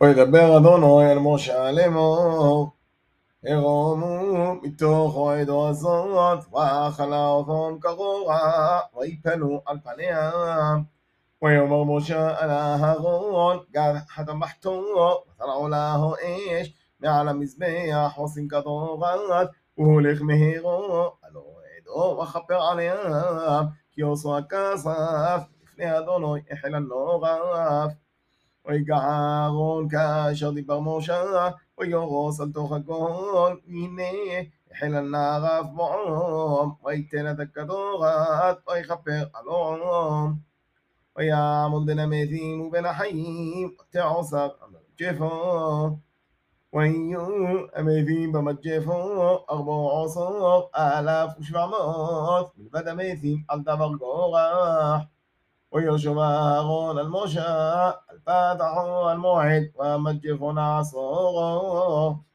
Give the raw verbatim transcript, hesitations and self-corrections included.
וידבר אדוני אל משה לאמור, הרומו מתוך העדו הזאת, ואכלה אותם כרוע, ויפלו על פניהם. ויאמר משה אל אהרון, גד חתם בחתו, ותרעו לו אש מעל המזבח, עושים כתורת, והולך מהרו, הלא עדו וכפר עליהם, כי עשו הכסף, לפני אדוני החל הנורף. ויגע אהרון כאשר דיבר משה, ויורס על תוך הכל, הנה החל הנערף בעום, ויתן את הכתורת, ויכפר על עום. ויעמוד בין המתים ובין החיים, תעשר המג'פו. ויהיו המתים במג'פו ארבע עשר אלף ושבע מאות, מלבד המתים על דבר גורח. וישוב אהרון על משה, על פתחו על מועד, והמג'פו נעשורו.